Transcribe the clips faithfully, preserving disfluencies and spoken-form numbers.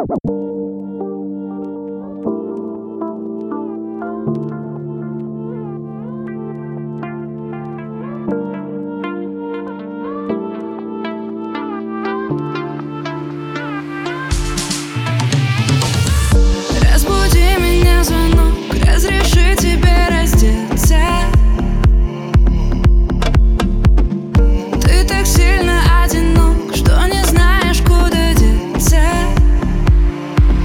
Разбуди меня звонок, разреши тебе раздеться. Ты так сильно одинок, что не знаешь, куда деться.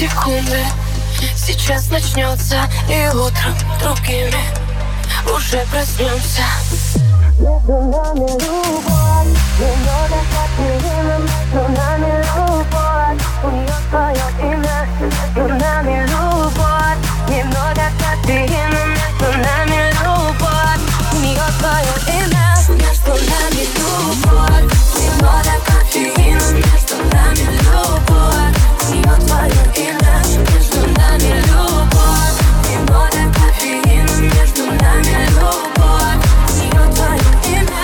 секунды. Сейчас начнется, и утром другими уже проснемся. Между нами любовь, немного кофеина. Между нами любовь, у нее свое имя. Между нами любовь, немного кофеина. Между нами любовь, у нее свое имя. Между нами любовь, немного кофеина. Между нами любовь, у нее свое имя. Между нами любовь, немного кофеина. Между нами любовь, у нее твое имя.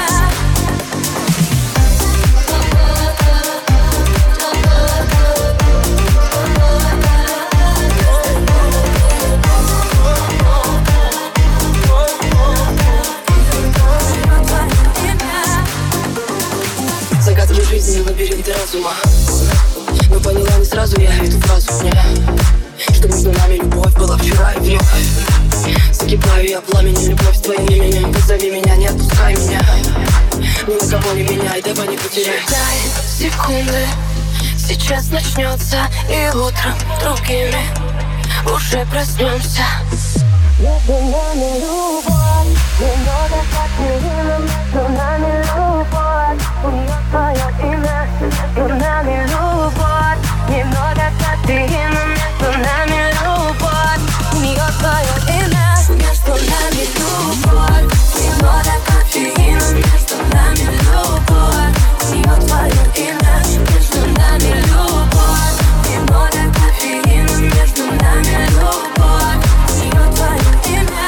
Загадываю жизни лабиринты разума, но поняла не сразу я эту фразу мне, что между нами любовь была вчера и вновь. Закипаю я пламени, любовь твоим именем. Позови меня, не отпускай меня, ни на кого не меняй, давай не потеряй. Дай секунды, сейчас начнется, и утром другими уже проснемся. Между нами любовь, немного кофеина. Между нами любовь, у нее свое имя. Между нами любовь, немного кофеина. Между нами любовь, у нее свое имя. Между нами любовь, немного кофеина. Между нами любовь, у нее свое имя. Между нами любовь, немного кофеина. Между нами любовь, у нее твое имя.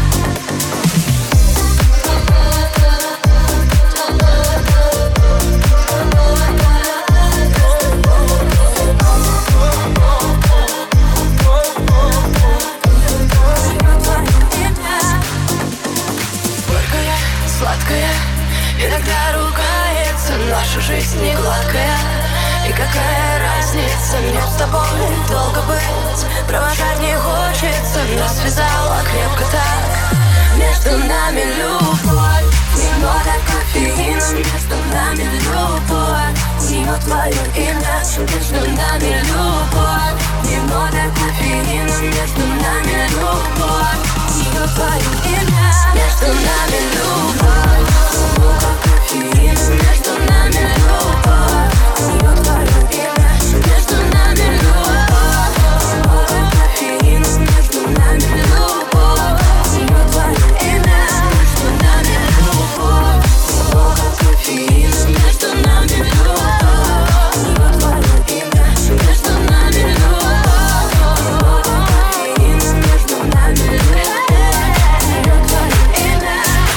Горькая, сладкая, иногда ругается. Наша жизнь не гладкая, и какая разница? Мне с тобой долго быть, провожать не хочется. Нас связала крепко так. Между нами любовь, немного кофеина. Между нами любовь, у нее твое имя. Между нами любовь, немного кофеина. Между нами любовь, у нее твое имя. Между нами любовь, немного кофеина. Между нами любовь, у нее твое имя. Между нами любовь, немного кофеина. Между нами любовь, у нее твое имя. Между нами любовь, немного кофеина. Между нами любовь, у нее твое имя. Между нами любовь, немного кофеина. Между нами любовь, у нее твое имя.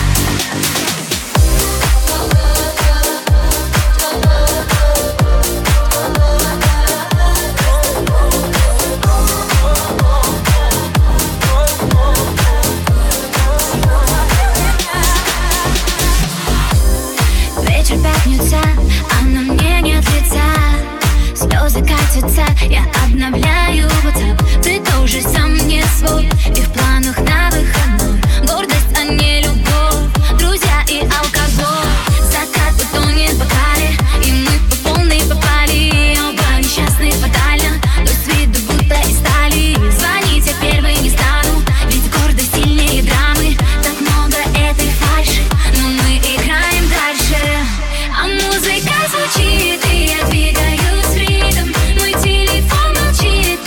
Вечер пятница, а на мне нет лица. Слезы катятся, я обновляю WhatsApp. Ты тоже сам не свой, и в планах на выходной гордость, а не любовь. Друзья и алкоголь, закат утонет в бокале, и мы по полной попали. Оба несчастные фатально, но с виду будто из стали. Звонить я первой не стану, ведь гордость сильнее драмы. Так много этой фальши, но мы играем дальше. А музыка звучит, и я двигаюсь в ритм. Мой телефон молчит,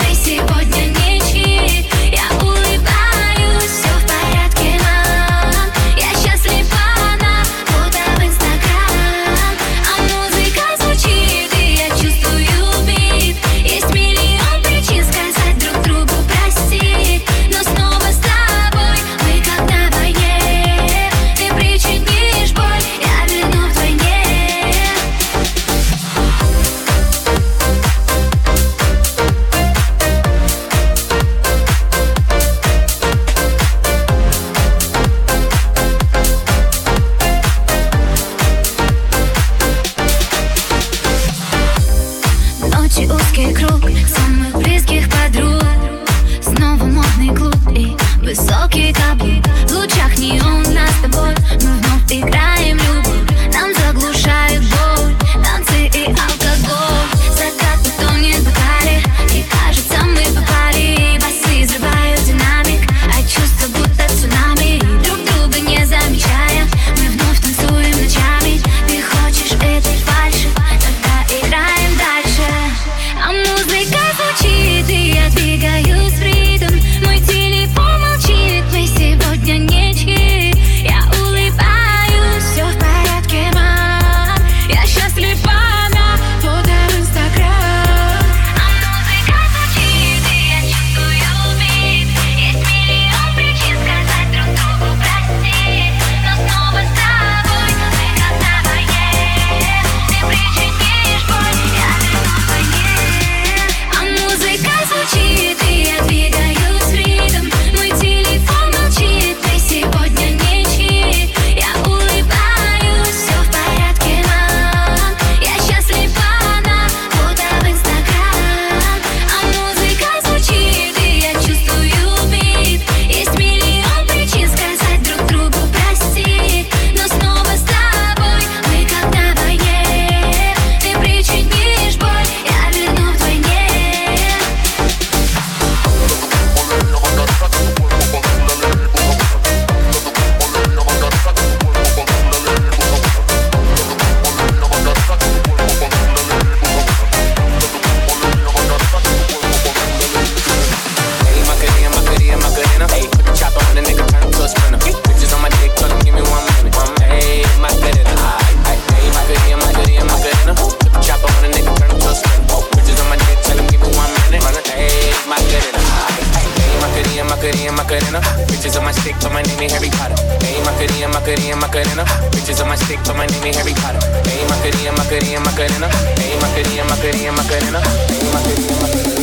stick, but my name ain't Harry Potter. Hey, Macarena, Macarena, Macarena. Bitches on my stick, but my name ain't Harry Potter. Hey, Macarena, Macarena, Macarena. Hey, Macarena, Macarena, Macarena. Hey, Macarena, Macarena.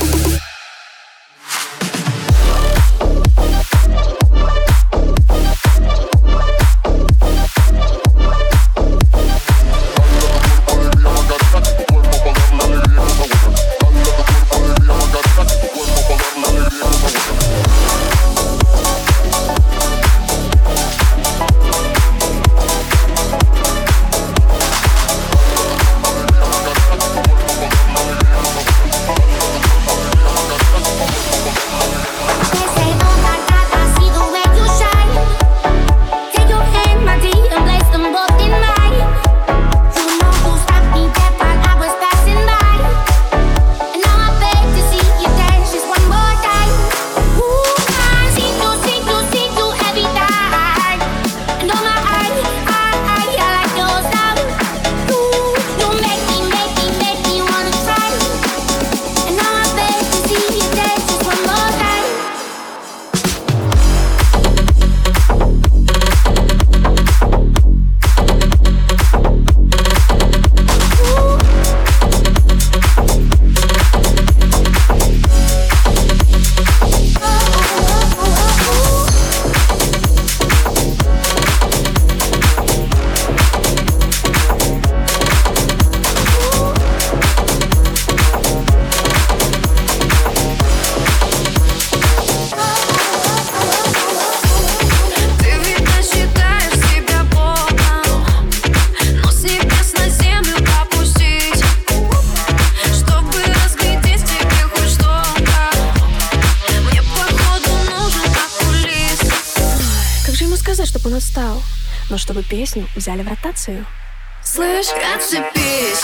Чтобы он устал, но чтобы песню взяли в ротацию. Слышь, отцепись,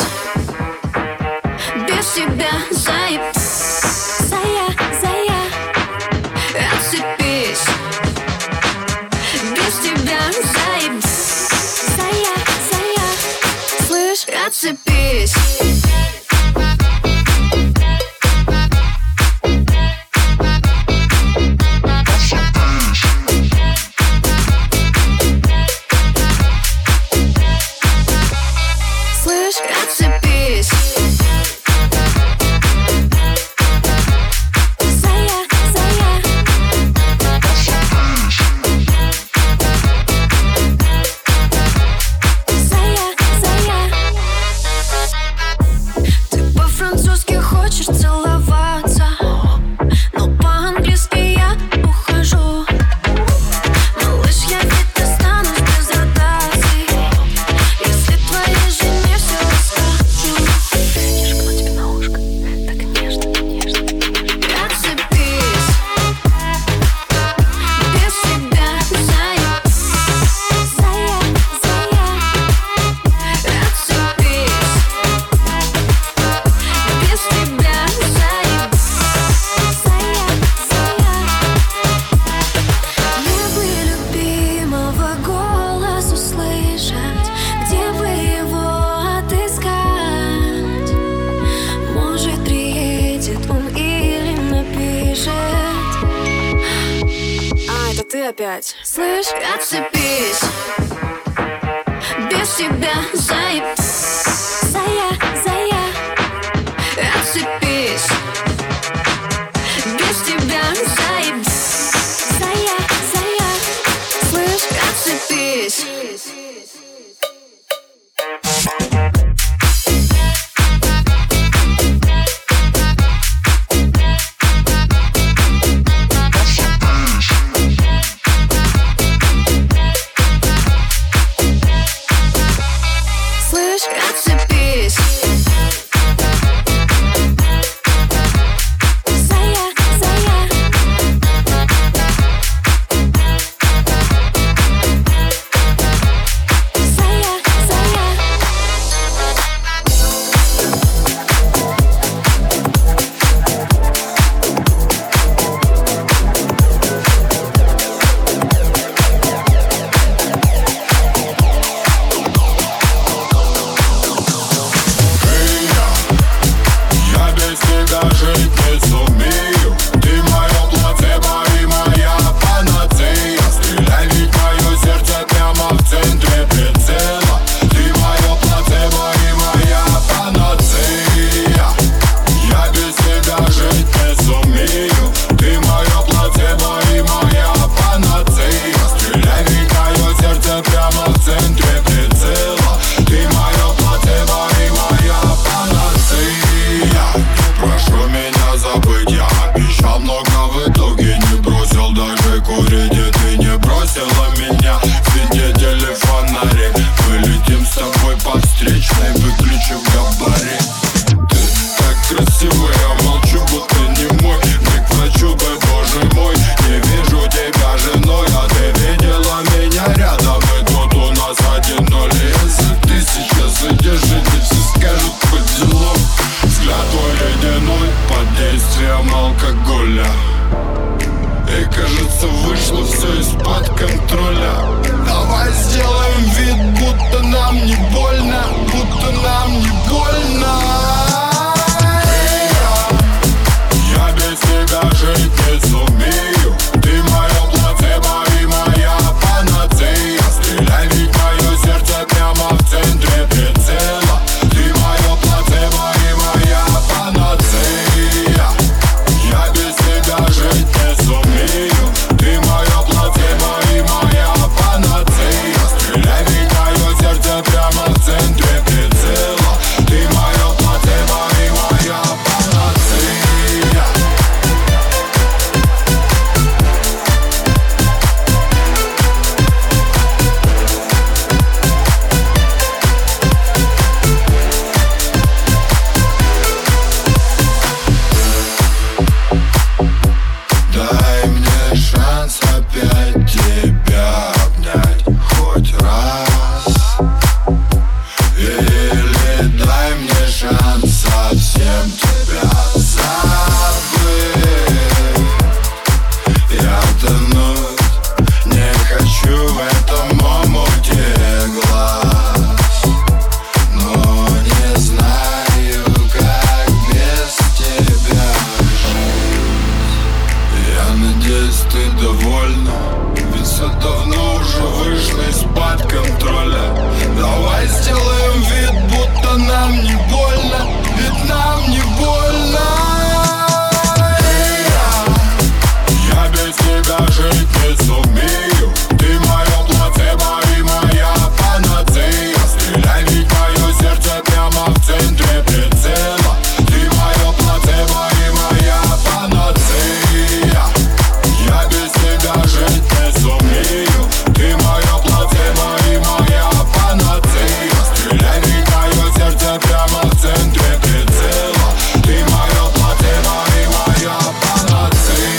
без тебя заеб. Зая, зая, отцепись, без тебя заеб. зая, зая, Слышь, отцепись. Отцепись. зая, зая, зая, зая. Ты по-французски хочешь целоваться, но по-английски я ухожу. Малыш, я ведь останусь без ротации, если твоей жене все расскажу. Я шепну тебе на ушко, так нежно, нежно. Отцепись, без тебя заеб. Зая, зая, Отцепись, без тебя заеб. зая, зая. Мне бы любимого голос услышать, где бы его отыскать? Может, приедет он или напишет. А, это ты опять. Слышь, отцепись, без тебя заеб. Зая, зая, Отцепись, без тебя заеб. зая, зая. Слышь, отцепись. Слышь, отцепись. алкоголя. И кажется, вышло все из-под контроля. Давай сделаем вид, будто нам не больно, будто нам не больно. Я без тебя жить не сумею. Ты мое плацебо и моя панацея. Стреляй, ведь мое сердце прямо в центре прицела. Ты мое плацебо и моя панацея. Я без тебя жить не сумею. Ты мое плацебо и моя панацея. Стреляй, ведь мое сердце прямо в центре прицела. Ты мое плацебо и моя панацея. Дай мне шанс опять тебя обнять хоть раз. Или дай мне шанс совсем тебя забыть. Я тонуть не хочу в этом омуте глаз, но не знаю, как без тебя жить. Я надеюсь, ты довольна, ведь все давно уже вышло из-под контроля. Давай сделаем вид, будто нам не больно, ведь нам не больно. Я без тебя жить не сумею. Ты мое плацебо и моя панацея. Стреляй, ведь мое сердце прямо в центре прицела. Ты мое плацебо и моя панацея. Я без тебя жить не сумею. Ты мое плацебо и моя панацея. Стреляй, ведь мое сердце прямо в центре прицела. Ты мое плацебо и моя панацея.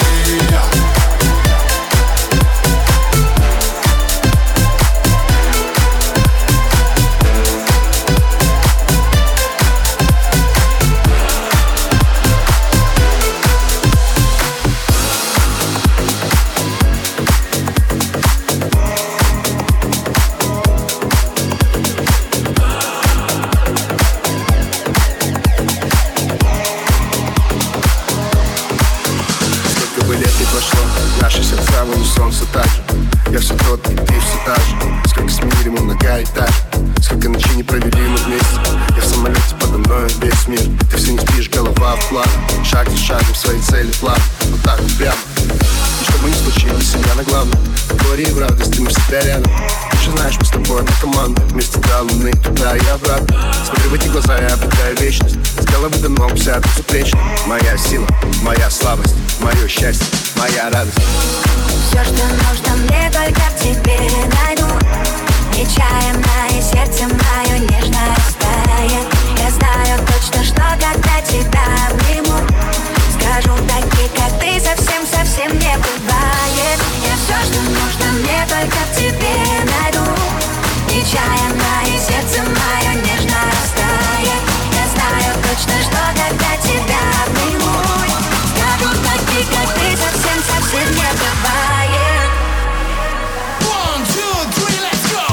Сколько бы лет не прошло, наши сердца в унисон все так же. Я все тот, и ты все та же. Сколько сменили мы многоэтаж, сколько ночей не провели мы вместе. Я в самолете, подо мною весь мир. Ты все не спишь, голова в план. Шаг за шагом своей цели план. Вот так вот прямо. И чтобы не случилось, себя на главном. В горе и в радости мы всегда рядом. Ты же знаешь, мы с тобой одна команда. Вместе до луны, туда и обратно. Смотрю в эти глаза, я обретаю вечность. С головы до ног вся безупречна. Моя сила, моя слабость, мое счастье, моя радость. Все, что нужно мне, только в тебе найду. Нечаянно и сердце мое нежно растает. Я знаю точно, что когда тебя обниму, скажу, такие, как ты, совсем-совсем не бывает. Я все, что нужно мне, только в тебе найду. Нечаянно и сердце мое нежно растает. Я знаю точно, что когда тебя обниму, скажу, такие, как ты, совсем-совсем не бывает. One, two, three, let's go!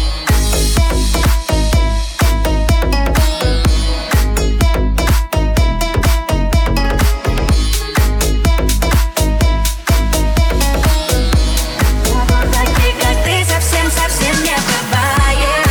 Такие, как ты, совсем-совсем не бывает.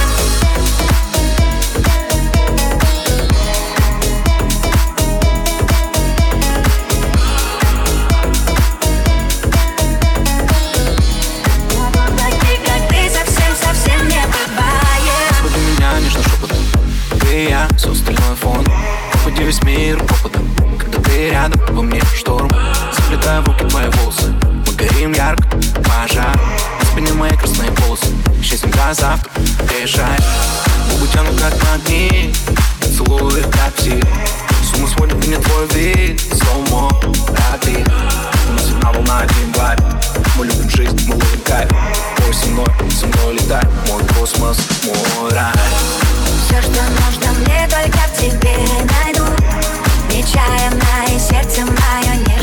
Такие, как ты, совсем-совсем не бывает. Буди меня нежно шепотом. Ты и я, все остальное фон. Уходи весь мир опытом. Когда ты рядом, во мне шторм. Заплетаю в руки твои волосы. Мы горим ярко, пожар. На спине мои красные полосы. Исчезнем до завтра, приезжай. Губы тянут как магнит. Целую их как псих. С ума сводит меня твой вид. Слоумо, рапид. У нас одна волна, один вайб. Мы любим жизнь, мы ловим кайф. Ой, со мной, со мной летай. Мой космос, мой рай. Все, что нужно мне, только в тебе найду. Нечаянно и сердце мое не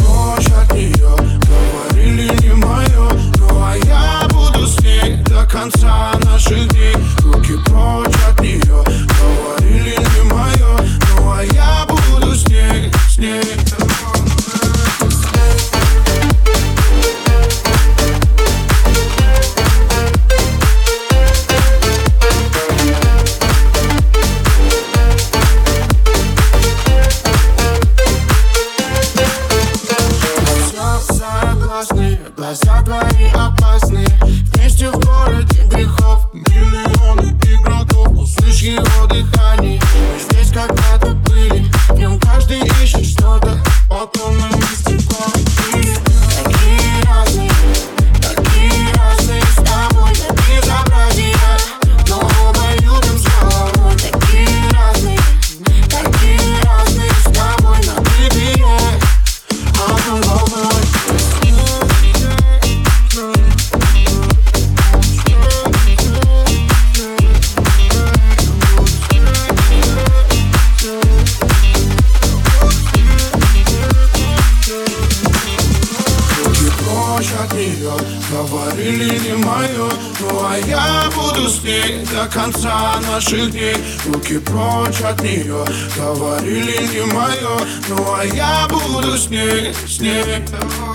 прочь от нее, говорили не мое. Ну а я буду с ней до конца наших дней. Руки прочь от нее, говорили не мое. Ну а я буду с ней, с ней. Глаза твои опасные. Вместе в городе грехов миллионы игроков. Услышь его дыхание. Мы здесь когда-то были. В нем каждый ищет что-то. Потом мы вместе были. Такие разные, такие разные с тобой. Это безобразие, но оба любим с головой. Такие разные, такие разные с тобой. Набитые одной волной. Говорили не мое, ну а я буду с ней до конца наших дней. Руки прочь от нее, говорили не мое, ну а я буду с ней, с ней.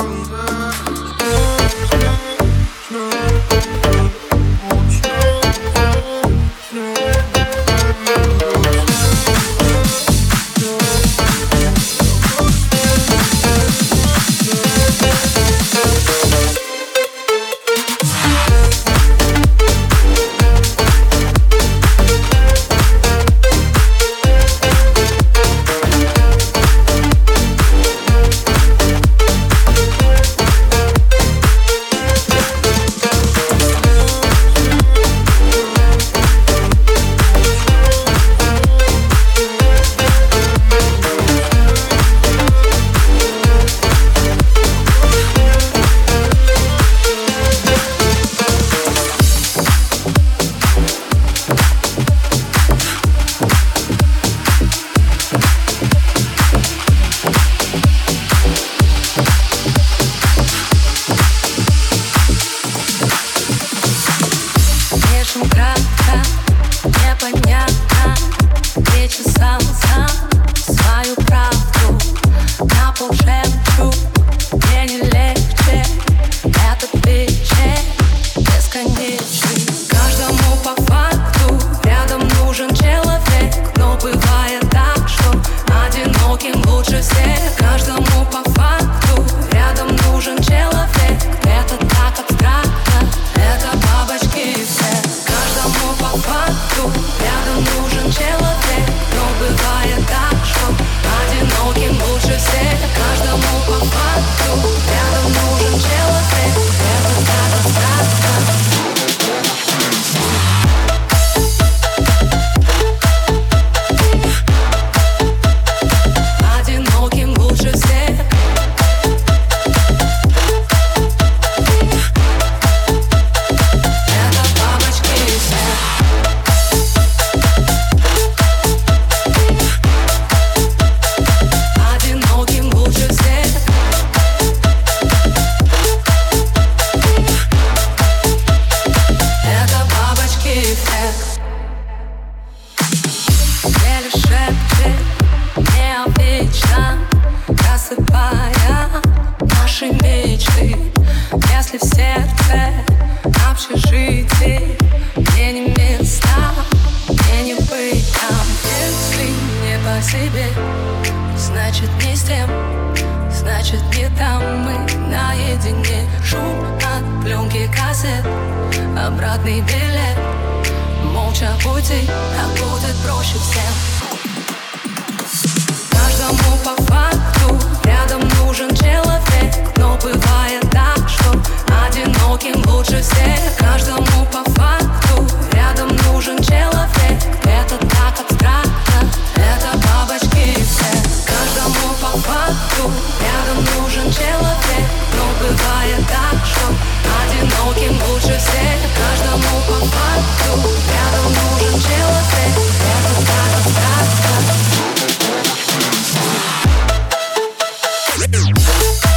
Обратный билет, молча пути, так будет проще всем. Каждому по факту рядом нужен человек, но бывает так, что одиноким лучше всех. Каждому по факту рядом нужен человек, это так абстрактно, это бабочки все. Каждому по факту рядом нужен человек, но бывает так, что одиноким лучше всех. Каждому по факту рядом нужен человек, это так абстрактно.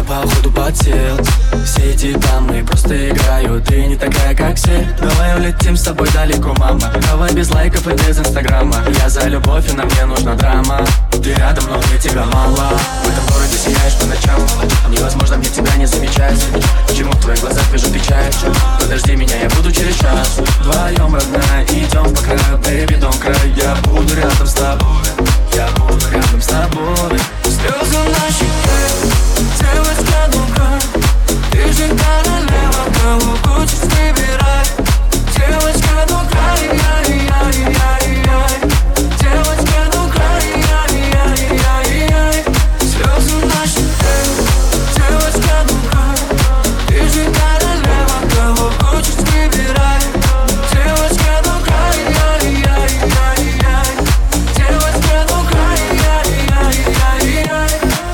походу подсел. Все эти дамы просто играют, ты не такая, как все. Давай улетим с тобой далеко, мама. Давай без лайков и без инстаграма. Я за любовь, и на мне нужна драма. Ты рядом, но мне тебя мало. В этом городе сияешь по ночам. Невозможно мне тебя не замечать. Почему в твоих глазах вижу печаль? Подожди меня, я буду через час. Вдвоем, родная, идем по краю. Baby, don't cry, я буду рядом с тобой. Я буду рядом с тобой. Слезы на щеке, девочка, don't cry. Ты же королева, кого хочешь выбирай. Девочка, don't cry, яй-яй-яй-яй. Девочка, don't cry, яй-яй-яй-яй. Слезы на щеке, девочка, don't cry. Ты же королева, кого хочешь выбирай. Девочка, don't cry, яй-яй-яй-яй. Девочка, don't cry, яй-яй-яй-яй.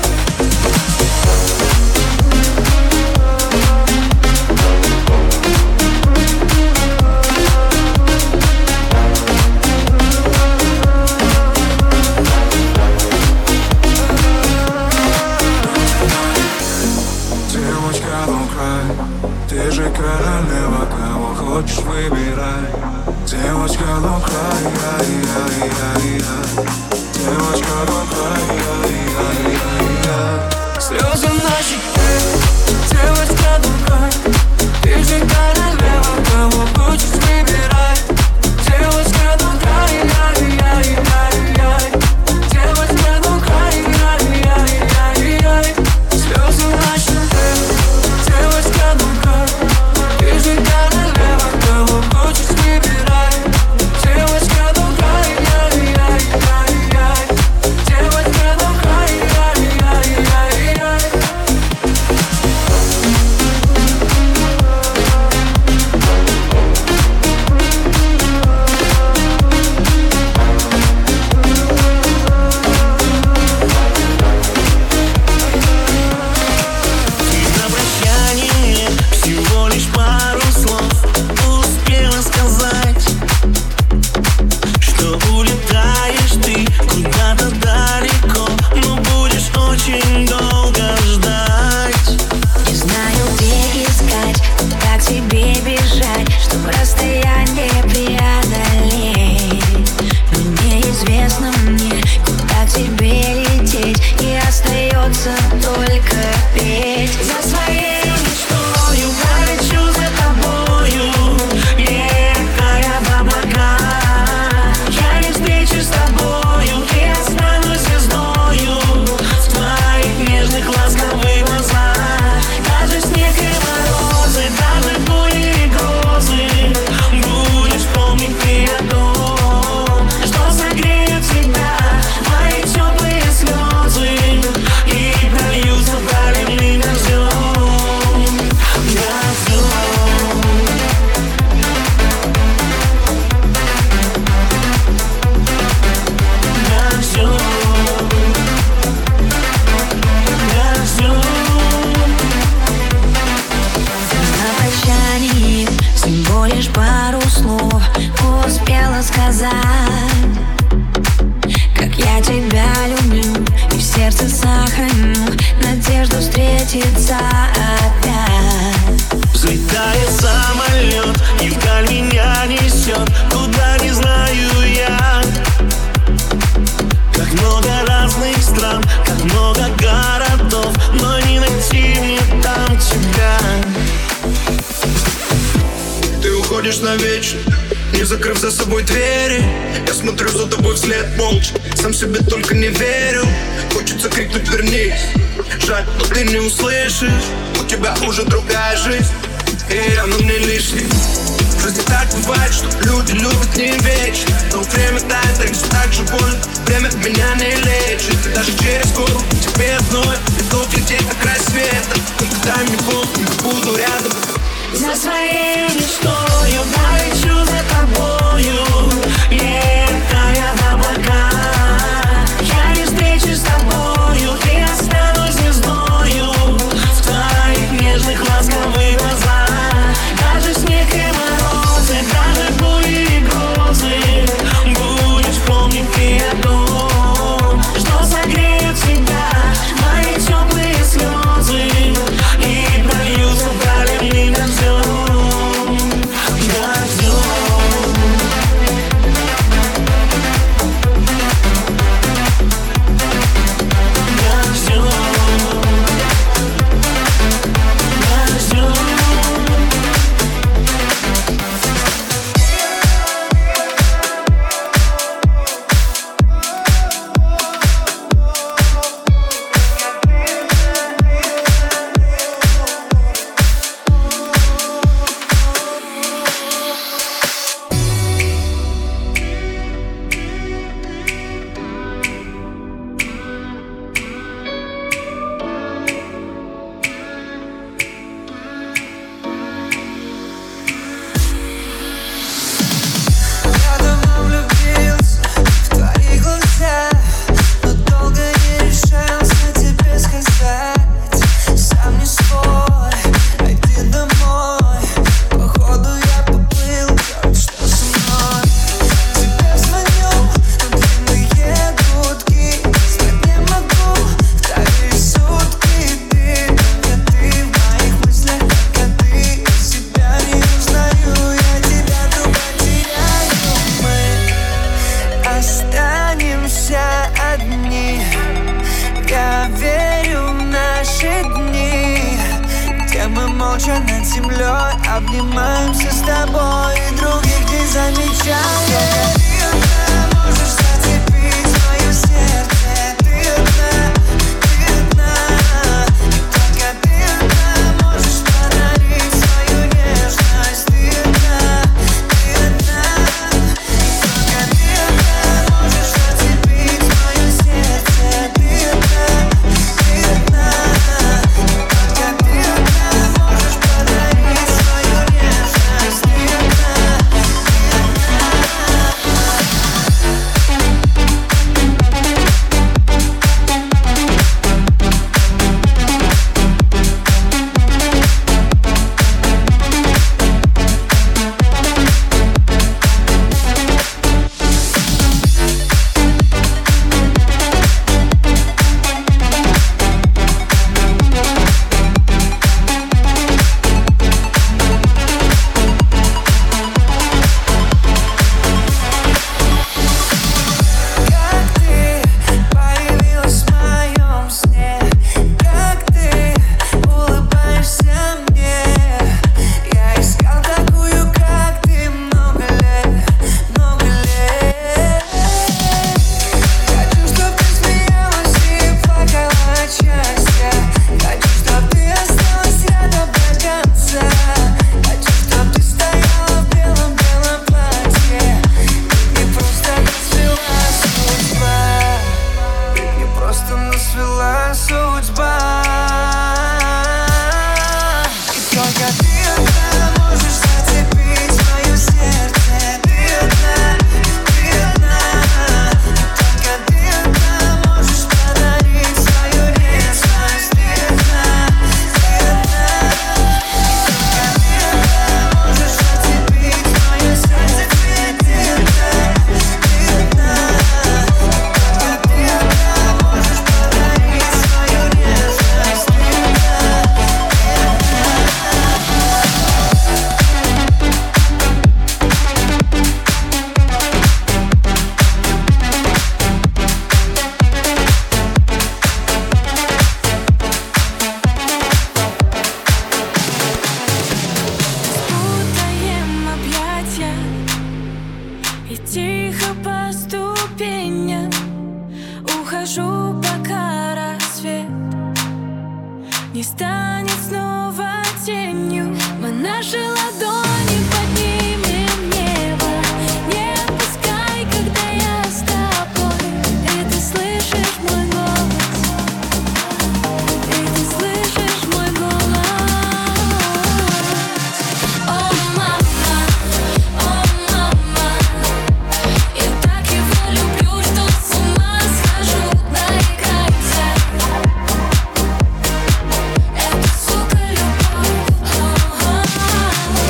Девочка, don't cry. Ты же королева, кого хочешь выбирай. Девочка, don't cry, яй-яй-яй-яй. Девочка, don't cry, яй-яй-яй-яй. Слезы на щеке, девочка, don't cry. Ты же королева, кого хочешь выбирай. Девочка, don't cry, яй-яй-яй-яй. Девочка, don't cry, яй-яй-яй-яй. Слезы на щеке, девочка, don't cry. Ты же королева, кого хочешь выбирай. Девочка, don't cry, яй-яй-яй-яй. Девочка, don't cry, яй-яй-яй-яй. На прощание всего лишь пару слов успела сказать, что улетаешь ты куда-то далеко, но будешь очень долго ждать. Не знаю, где искать, как тебе бежать, чтоб расстояние преодолеть. Но неизвестно мне, куда к тебе лететь, и остается только петь. За своей мечтою полечу за тобою, летая в облака. Я не встречусь с тобою, и останусь звездою в твоих нежных ласковых глазах. Даже снег и морозы, даже бури и грозы, будешь помнить ты о том, что согреют тебя мои теплые слезы и прольются проливным дождем. Дождем. Дождем. Дождем. На прощании всего лишь пару слов успела сказать, как я тебя люблю и в сердце сохраню надежду встретиться опять. Взлетает самолет и вдаль меня несет, куда не знаю я. Как много разных стран, как много городов, но не найти мне там тебя. Ты уходишь навечно, не закрыв за собой двери. Я смотрю за тобой вслед молча, сам себе только не верю. Хочется крикнуть вернись, жаль, но ты не услышишь. У тебя уже другая жизнь, и она мне лишняя. В жизни так бывает, что люди любят не вечно, но время тает, так все так же больно. Время меня не лечит, и даже через год тебе одной готов лететь на край света. Никогда не буду, не буду рядом. За своей мечтою полечу за тобою, летая в облака. Я не встречусь с тобою, и останусь звездою в твоих нежных ласковых глазах. Даже снег и морозы, даже бури и грозы, будешь помнить ты о том, что согреют тебя мои теплые слезы молча над землей, обнимаемся с тобой и других не замечаем. Ты одна можешь зацепить мое сердце, ты одна, ты одна, и только ты одна можешь подарить свою нежность, ты одна, ты одна, и только ты одна можешь зацепить мое сердце, ты одна, ты одна, и только ты одна можешь подарить свою нежность, ты одна, ты Suka любовь,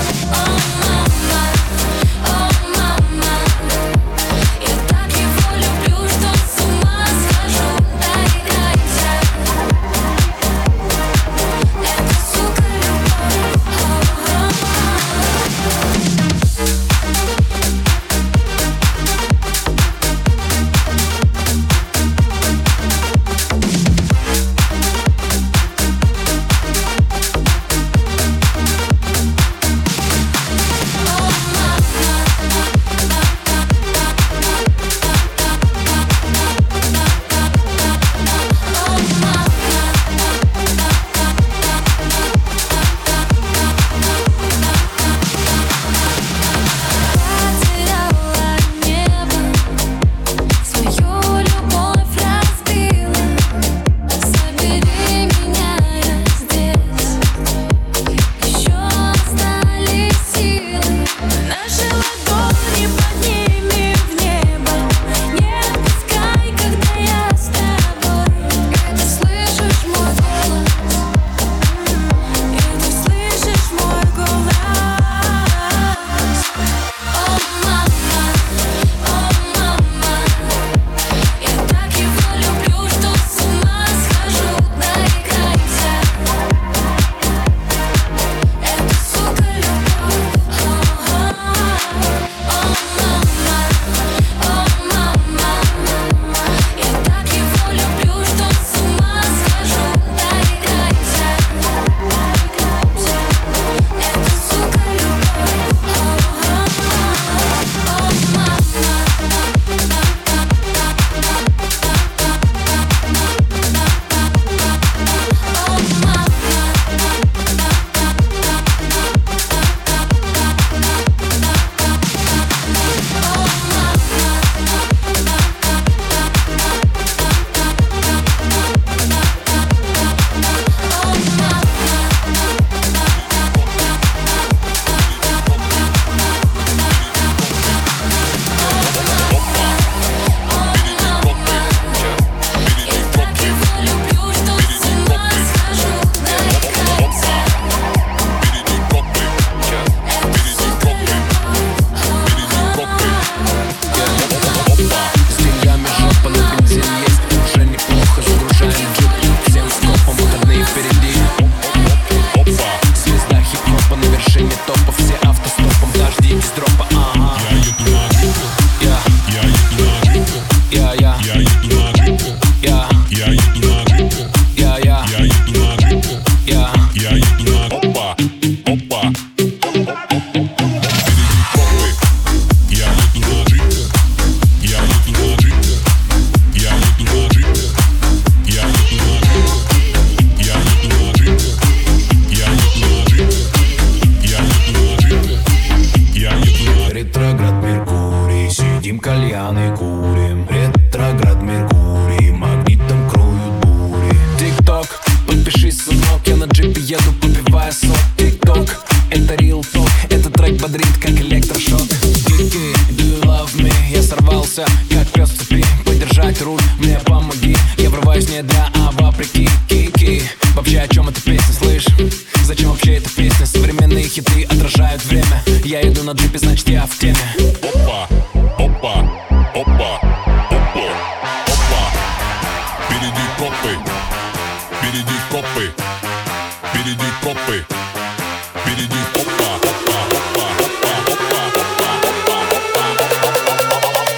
кальян и курим. Ретроград Меркурий, магнитом кроют бури. Тик-ток, подпишись, сынок, я на джипе еду, попивая сок. Тик-ток, это real talk, этот трек бодрит, как электрошок. Кики, do you love me? Я сорвался, как пес в цепи. Подержать руль, мне помоги. Я врываюсь не для, а вопреки. Кики, вообще о чем эта песня, слышь? Зачем вообще эта песня? Современные хиты отражают время. Я иду на джипе, значит я в теме. Опа, опа, опа, опа, опа. Впереди копы, впереди копы, впереди копы, впереди опа, опа, опа, опа, опа, опа, опа.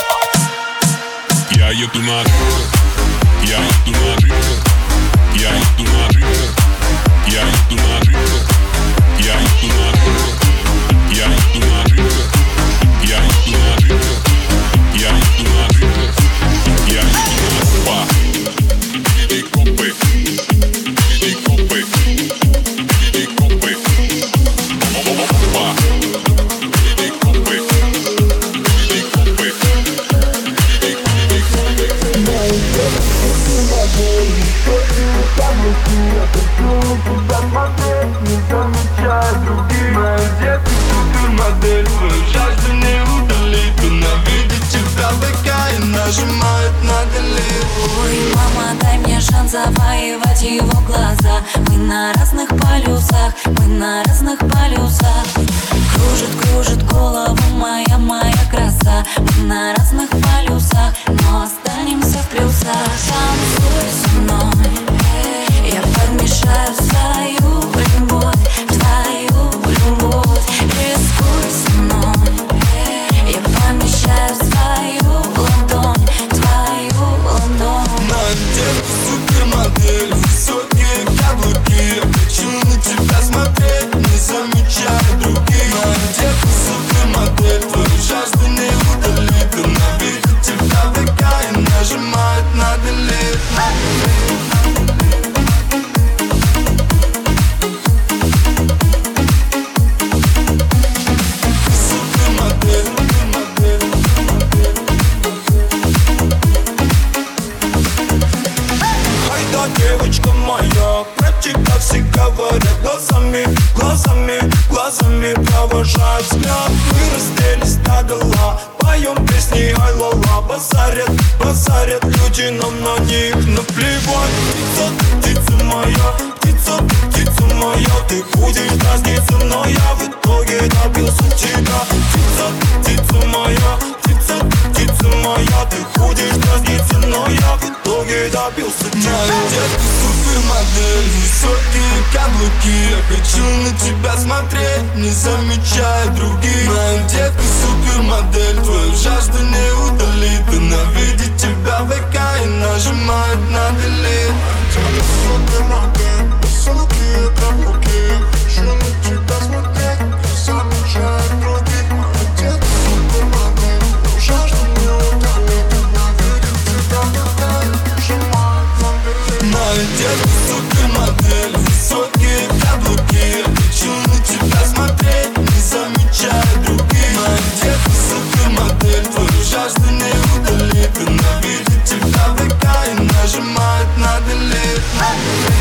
Я еду на джипе, я еду на джипе, я еду на джипе, я еду на джипе, я еду на джипе, я еду на джипе, я еду на джипе, я еду на джипе, я еду на опа. Впереди копы, впереди копы, впереди копы, опа. Впереди копы, впереди копы, впереди, впереди копы. Ой, мама, дай мне шанс завоевать его глаза. Мы на разных полюсах, мы на разных полюсах. Кружит, кружит голову моя, моя краса. Мы на разных полюсах, но останемся в плюсах. Танцуй со мной, я подмешаю свою любовь, твою любовь. Рискуй со мной, я помещаю свою ладонь, твою ладонь. Надеть супермодель, высокие каблуки. Я хочу на тебя смотреть, не замечая других. Надеть супермодель, твою жажду не удалит. Она видит тебя в ВК и нажимает на delete. Супермодель, супермодель, супермодель. Ай да, девочка моя, про тебя все говорят глазами, глазами, глазами провожают взгляд. Мы разделись догола, поем песни ай-ла-ла. Базарят, базарят люди, нам на них наплевать. Птица, ты птица моя, птица, ты птица моя. Ты будешь дразниться, но я в итоге добился тебя. Птица, птица моя, птица, птица моя. Ты будешь дразниться, но я в итоге добился тебя. Надеть супермодель, высокие каблуки. Я хочу на тебя смотреть, не замечая других. Надеть супермодель, твою жажду не удалит. Она видит тебя в ВК и нажимает на delete. Супермодель, высокие каблуки. Хочу на тебя смотреть, не замечая других. Надеть супермодель, твою жажду не удалит. Она видит тебя в ВК и нажимает на delete. Надеть супермодель, высокие каблуки. Я хочу на тебя смотреть, не замечая других. Надеть супермодель, твою жажду не удалит. Она видит тебя в ВК и нажимает на delete.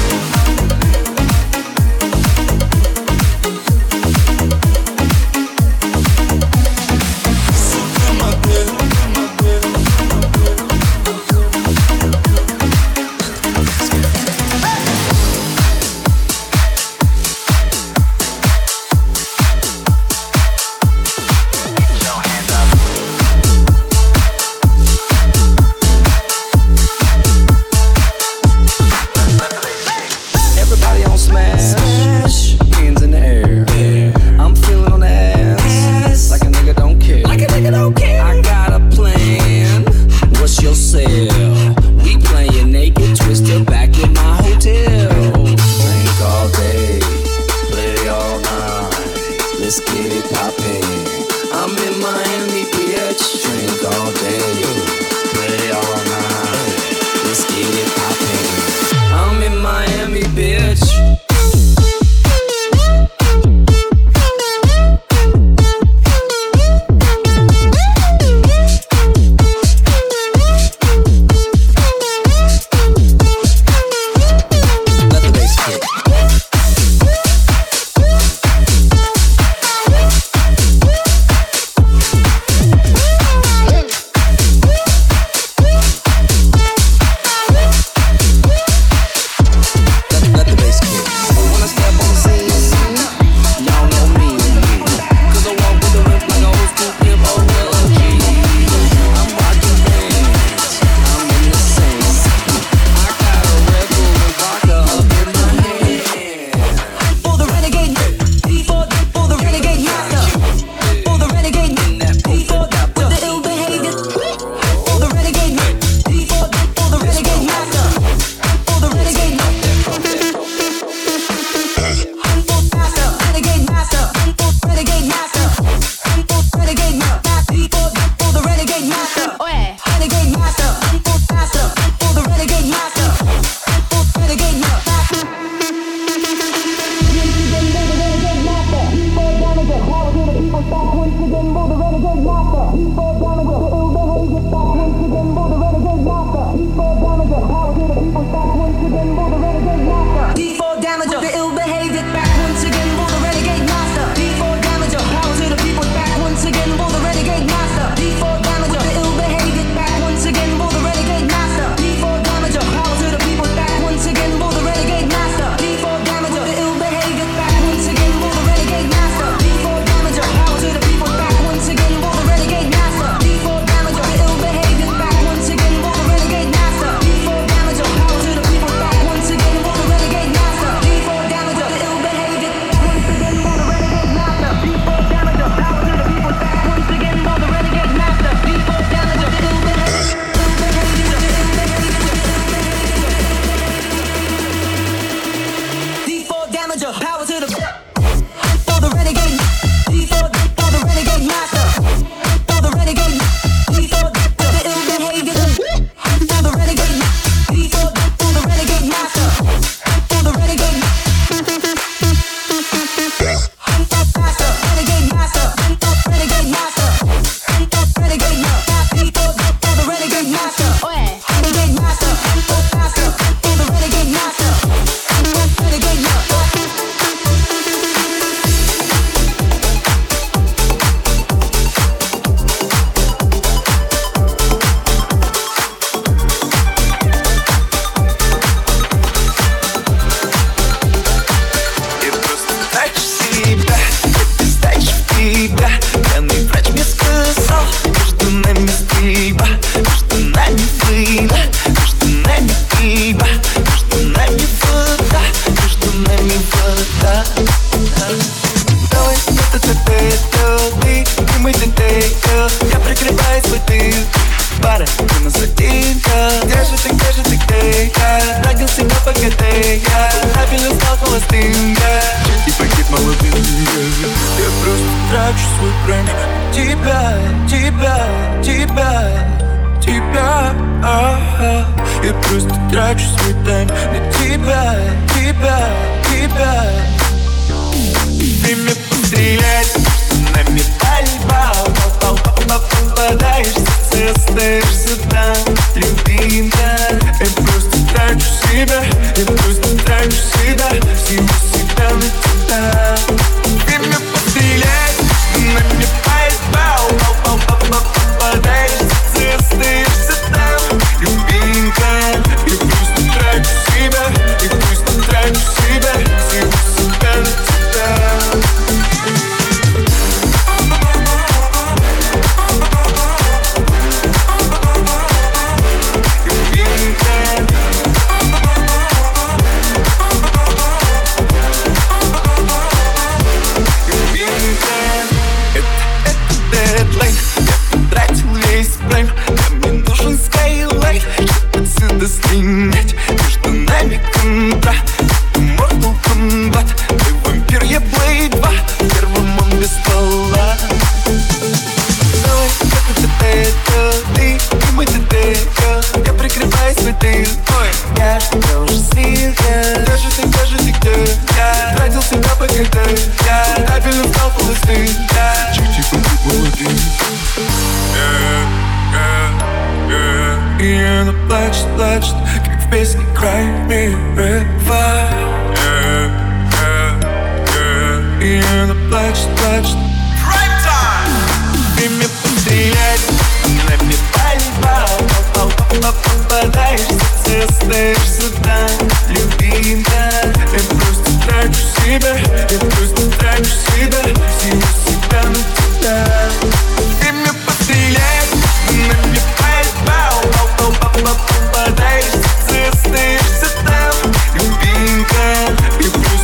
я Капель устал холостым, я и погиб молодым, я Я просто трачу свой прайм Тебя, тебя, тебя, тебя а-а. Я просто трачу свой тайм на тебя, тебя, тебя Время пострелять, нами пальба Попадаешь в сердце, остаешься там, любимка Я просто трачу себя, я просто трачу себя Всего себя на тебя Время пострелять, нами пальба Попадаешь в сердце, остаешься там, любимка Я просто трачу себя, я просто трачу себя Всего себя на тебя Стринять между нами контракт Mortal Kombat Ты вампир, я Blade два Первым он без ствола Давай, как это это Ты и мой детектор Я прикрываю свой тыл Ой, я ж тебя уже слил Где же ты, где же ты, где я Тратил себя по КТ Я капелем стал холостым Я чуть-чуть погиб молодым И она плачет, плачет, как в песне Cry Me River yeah, yeah, yeah. И она плачет, плачет Prime time! Время пострелять, нами пальба Попадаешь в сердце, остаешься там, любимка Я просто трачу себя, я просто трачу себя Всего себя на тебя Время пострелять, нами пальба Попадаешь в сердце, остаешься там, любимка Я